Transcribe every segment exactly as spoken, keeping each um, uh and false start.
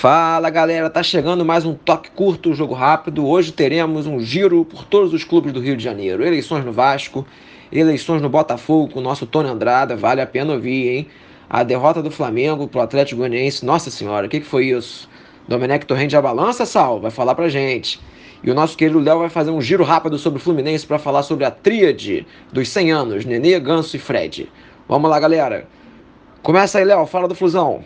Fala galera, tá chegando mais um toque curto, jogo rápido. Hoje teremos um giro por todos os clubes do Rio de Janeiro. Eleições no Vasco, eleições no Botafogo com o nosso Tony Andrada, vale a pena ouvir, hein? A derrota do Flamengo pro Atlético Goianiense, nossa senhora, o que, que foi isso? Domenech Torrente a balança, Sal? Vai falar pra gente. E o nosso querido Léo vai fazer um giro rápido sobre o Fluminense para falar sobre a tríade dos cem anos, Nenê, Ganso e Fred. Vamos lá, galera. Começa aí, Léo, fala do Flusão.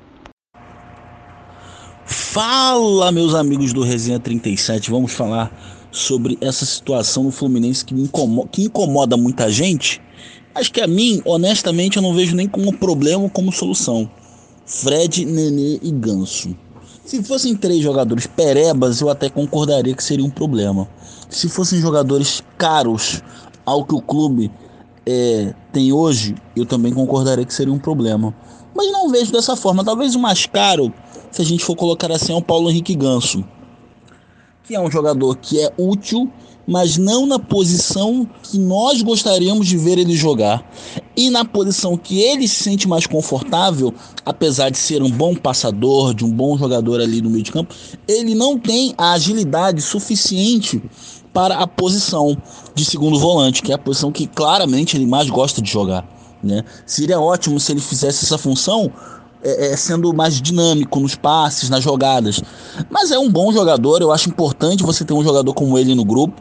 Fala, meus amigos do Resenha trinta e sete, vamos falar sobre essa situação no Fluminense que, me incomoda, que incomoda muita gente. Acho que a mim, honestamente, eu não vejo nem como problema ou como solução. Fred, Nenê e Ganso. Se fossem três jogadores perebas, eu até concordaria que seria um problema. Se fossem jogadores caros ao que o clube é, tem hoje, eu também concordaria que seria um problema. Mas não vejo dessa forma. Talvez o mais caro, se a gente for colocar assim, é o Paulo Henrique Ganso, que é um jogador que é útil, mas não na posição que nós gostaríamos de ver ele jogar. E na posição que ele se sente mais confortável, apesar de ser um bom passador, de um bom jogador ali no meio de campo, ele não tem a agilidade suficiente para a posição de segundo volante, que é a posição que claramente ele mais gosta de jogar, né? Seria ótimo se ele fizesse essa função É, é, sendo mais dinâmico nos passes, nas jogadas. Mas é um bom jogador, eu acho importante você ter um jogador como ele no grupo.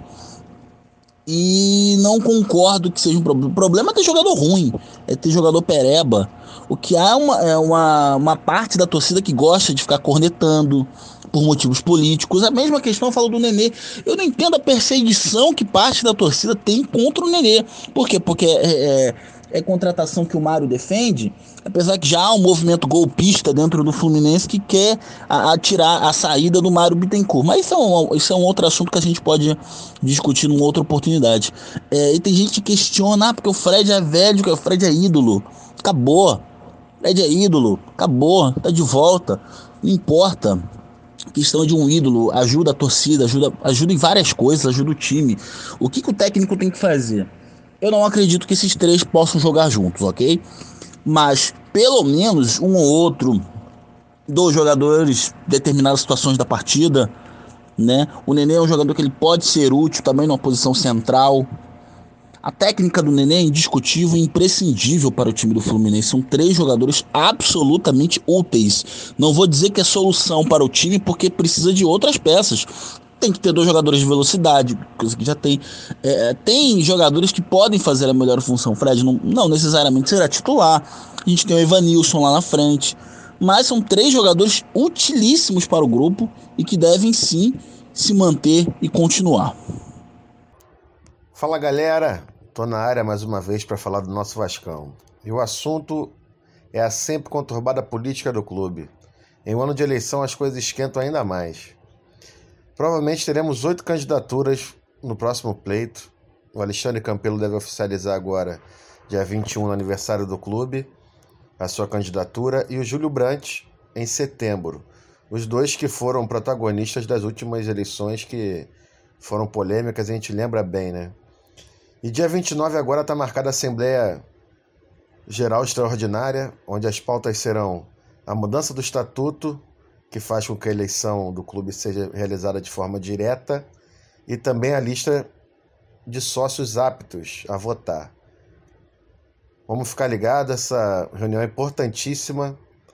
E não concordo que seja um problema. O problema é ter jogador ruim, é ter jogador pereba. O que há é uma, é uma, uma parte da torcida que gosta de ficar cornetando por motivos políticos. A mesma questão eu falo do Nenê. Eu não entendo a perseguição que parte da torcida tem contra o Nenê. Por quê? Porque é, é, é contratação que o Mário defende, apesar que já há um movimento golpista dentro do Fluminense que quer a, a tirar a saída do Mário Bittencourt. Mas isso é, um, isso é um outro assunto que a gente pode discutir numa outra oportunidade. É, e tem gente que questiona, ah, porque o Fred é velho, que o Fred é ídolo. Acabou. Fred é ídolo. Acabou. Tá de volta. Não importa. Questão de um ídolo, ajuda a torcida, ajuda, ajuda em várias coisas, ajuda o time. O que, que o técnico tem que fazer? Eu não acredito que esses três possam jogar juntos, ok? Mas pelo menos um ou outro dos jogadores, determinadas situações da partida, né? O Nenê é um jogador que ele pode ser útil também numa posição central. A técnica do Nenê é indiscutível e imprescindível para o time do Fluminense. São três jogadores absolutamente úteis. Não vou dizer que é solução para o time, porque precisa de outras peças. Tem que ter dois jogadores de velocidade, coisa que já tem. É, tem jogadores que podem fazer a melhor função. Fred não, não necessariamente será titular. A gente tem o Evanilson lá na frente. Mas são três jogadores utilíssimos para o grupo e que devem sim se manter e continuar. Fala galera, tô na área mais uma vez para falar do nosso Vascão. E o assunto é a sempre conturbada política do clube. Em um ano de eleição as coisas esquentam ainda mais. Provavelmente teremos oito candidaturas no próximo pleito. O Alexandre Campelo deve oficializar agora, dia vinte e um, no aniversário do clube, a sua candidatura, e o Júlio Brandt em setembro. Os dois que foram protagonistas das últimas eleições que foram polêmicas, a gente lembra bem, né? E dia vinte e nove agora está marcada a Assembleia Geral Extraordinária, onde as pautas serão a mudança do estatuto, que faz com que a eleição do clube seja realizada de forma direta, e também a lista de sócios aptos a votar. Vamos ficar ligados, essa reunião é importantíssima,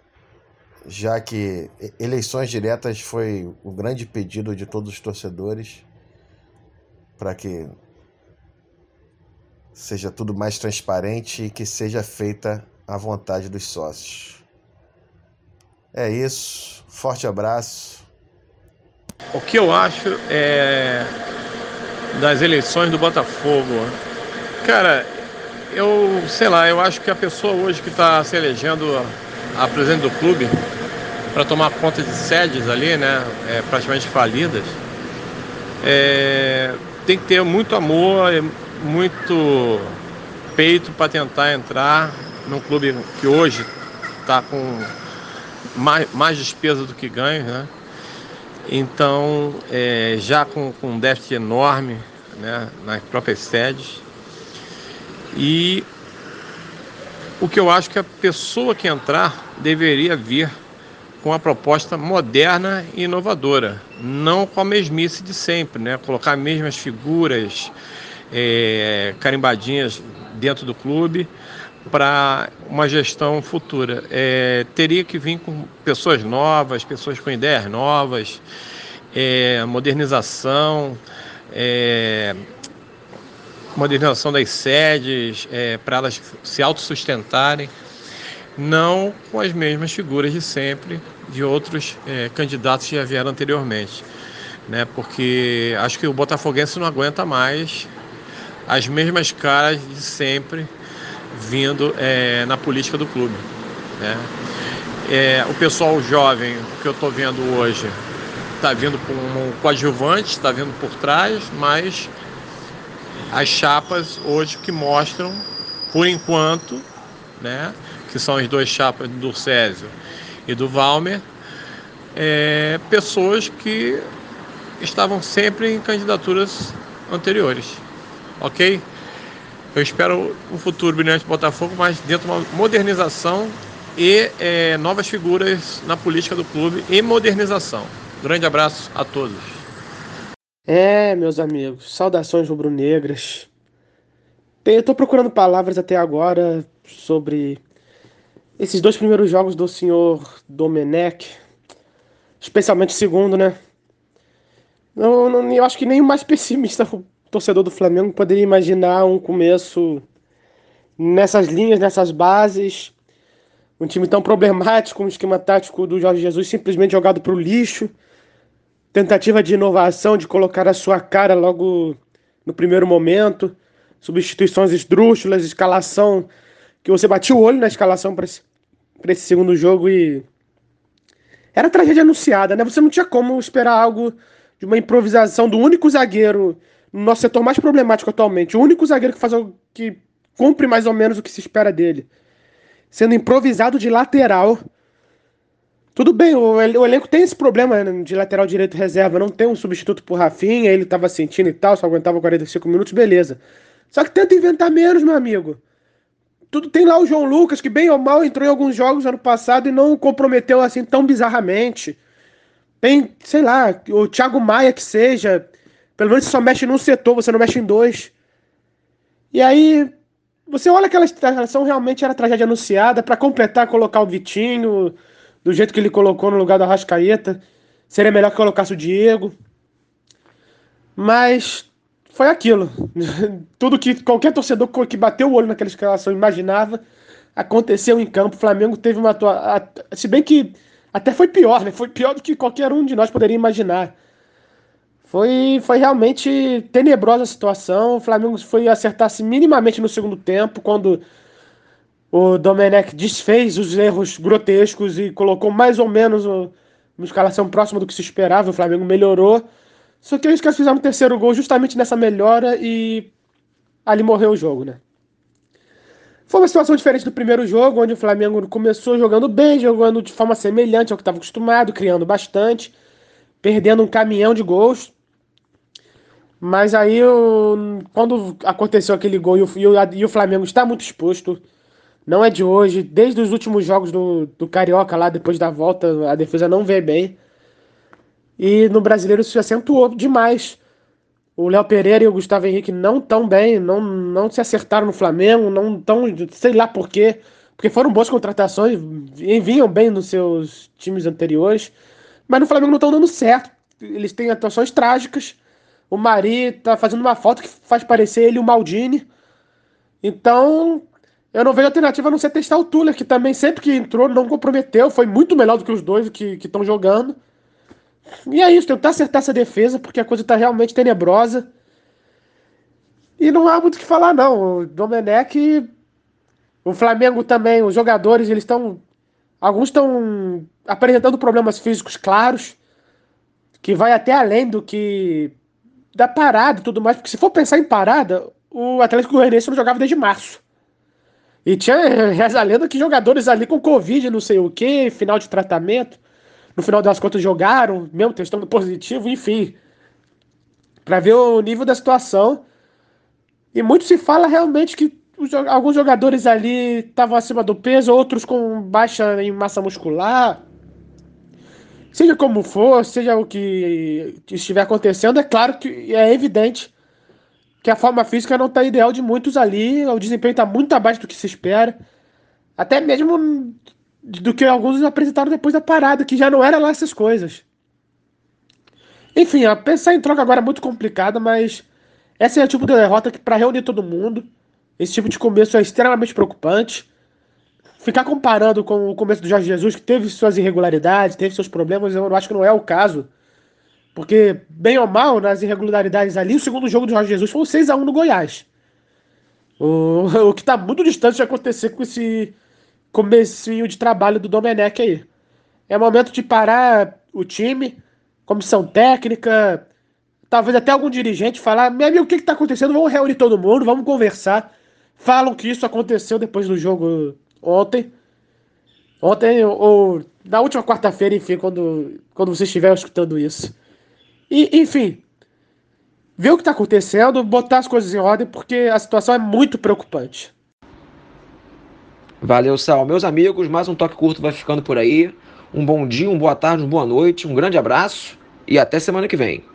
já que eleições diretas foi o grande pedido de todos os torcedores para que seja tudo mais transparente e que seja feita à vontade dos sócios. É isso, forte abraço. O que eu acho é das eleições do Botafogo, cara, eu sei lá, eu acho que a pessoa hoje que está se elegendo a presidente do clube para tomar conta de sedes ali, né, é, praticamente falidas, é, tem que ter muito amor, muito peito para tentar entrar num clube que hoje está com mais, mais despesa do que ganho, né? Então, é, já com, com um déficit enorme, né, nas próprias sedes. E o que eu acho que a pessoa que entrar deveria vir com uma proposta moderna e inovadora, não com a mesmice de sempre, né? Colocar as mesmas figuras é, carimbadinhas dentro do clube para uma gestão futura. É, teria que vir com pessoas novas, pessoas com ideias novas, é, modernização, é, modernização das sedes, é, para elas se autossustentarem, não com as mesmas figuras de sempre, de outros é, candidatos que já vieram anteriormente, né? Porque acho que o botafoguense não aguenta mais as mesmas caras de sempre vindo é, na política do clube, né? É, o pessoal jovem, que eu estou vendo hoje, está vindo com um coadjuvante, está vindo por trás, mas as chapas hoje que mostram, por enquanto, né, que são as duas chapas do Césio e do Valmer, é, pessoas que estavam sempre em candidaturas anteriores, ok? Eu espero um futuro brilhante do Botafogo, mas dentro de uma modernização e é, novas figuras na política do clube e modernização. Grande abraço a todos. É, meus amigos, saudações rubro-negras. Eu tô procurando palavras até agora sobre esses dois primeiros jogos do senhor Domenech, especialmente o segundo, né? Eu, não, eu acho que nem o mais pessimista torcedor do Flamengo poderia imaginar um começo nessas linhas, nessas bases. Um time tão problemático, um esquema tático do Jorge Jesus simplesmente jogado pro lixo. Tentativa de inovação, de colocar a sua cara logo no primeiro momento. Substituições esdrúxulas, escalação que você batia o olho na escalação para esse, para esse segundo jogo e era tragédia anunciada, né? Você não tinha como esperar algo de uma improvisação do único zagueiro no nosso setor mais problemático atualmente, o único zagueiro que faz o, que cumpre mais ou menos o que se espera dele, sendo improvisado de lateral. Tudo bem, o, o elenco tem esse problema, né, de lateral direito reserva, não tem um substituto pro Rafinha, ele tava sentindo e tal, só aguentava quarenta e cinco minutos, beleza. Só que tenta inventar menos, meu amigo. Tudo tem lá o João Lucas, que bem ou mal entrou em alguns jogos ano passado e não comprometeu assim tão bizarramente. Tem, sei lá, o Thiago Maia que seja, pelo menos você só mexe num setor, você não mexe em dois. E aí, você olha aquela escalação, realmente era tragédia anunciada, pra completar, colocar o Vitinho do jeito que ele colocou no lugar do Arrascaeta. Seria melhor que colocasse o Diego. Mas foi aquilo. Tudo que qualquer torcedor que bateu o olho naquela escalação imaginava, aconteceu em campo. O Flamengo teve uma atuação... Se bem que até foi pior, né? Foi pior do que qualquer um de nós poderia imaginar. Foi, foi realmente tenebrosa a situação. O Flamengo foi acertar-se minimamente no segundo tempo, quando o Domenech desfez os erros grotescos e colocou mais ou menos uma escalação próxima do que se esperava. O Flamengo melhorou. Só que os caras fizeram o terceiro gol justamente nessa melhora e ali morreu o jogo, né? Foi uma situação diferente do primeiro jogo, onde o Flamengo começou jogando bem, jogando de forma semelhante ao que estava acostumado, criando bastante, perdendo um caminhão de gols. Mas aí, quando aconteceu aquele gol e o, e o Flamengo está muito exposto, não é de hoje, desde os últimos jogos do, do Carioca lá, depois da volta, a defesa não vê bem. E no Brasileiro isso se acentuou demais. O Léo Pereira e o Gustavo Henrique não tão bem, não, não se acertaram no Flamengo, não tão, sei lá por quê, porque foram boas contratações, vinham bem nos seus times anteriores, mas no Flamengo não estão dando certo. Eles têm atuações trágicas. O Mari tá fazendo uma falta que faz parecer ele o Maldini. Então, eu não vejo alternativa a não ser testar o Tuller, que também sempre que entrou não comprometeu, foi muito melhor do que os dois que estão jogando. E é isso, tentar acertar essa defesa, porque a coisa tá realmente tenebrosa. E não há muito o que falar, não. O Domenech, o Flamengo também, os jogadores, eles estão... Alguns estão apresentando problemas físicos claros, que vai até além do que... da parada e tudo mais, porque se for pensar em parada, o Atlético Goianiense não jogava desde março. E tinha reza a lenda que jogadores ali com Covid, não sei o que, final de tratamento, no final das contas jogaram, mesmo testando positivo, enfim. Pra ver o nível da situação. E muito se fala realmente que os, alguns jogadores ali estavam acima do peso, outros com baixa em massa muscular. Seja como for, seja o que estiver acontecendo, é claro que é evidente que a forma física não está ideal de muitos ali, o desempenho está muito abaixo do que se espera, até mesmo do que alguns apresentaram depois da parada, que já não era lá essas coisas. Enfim, ó, pensar em troca agora é muito complicado, mas essa é o tipo de derrota que, para reunir todo mundo, esse tipo de começo é extremamente preocupante. Ficar comparando com o começo do Jorge Jesus, que teve suas irregularidades, teve seus problemas, eu acho que não é o caso. Porque, bem ou mal, nas irregularidades ali, o segundo jogo do Jorge Jesus foi o seis a um no Goiás. O, o que está muito distante de acontecer com esse comecinho de trabalho do Domenech aí. É momento de parar o time, comissão técnica, talvez até algum dirigente falar: meu amigo, o que está acontecendo? Vamos reunir todo mundo, vamos conversar. Falam que isso aconteceu depois do jogo ontem. Ontem, ou, ou na última quarta-feira, enfim, quando, quando você estiver escutando isso. E, enfim, ver o que está acontecendo, botar as coisas em ordem, porque a situação é muito preocupante. Valeu, Sal. Meus amigos, mais um toque curto vai ficando por aí. Um bom dia, uma boa tarde, uma boa noite, um grande abraço e até semana que vem.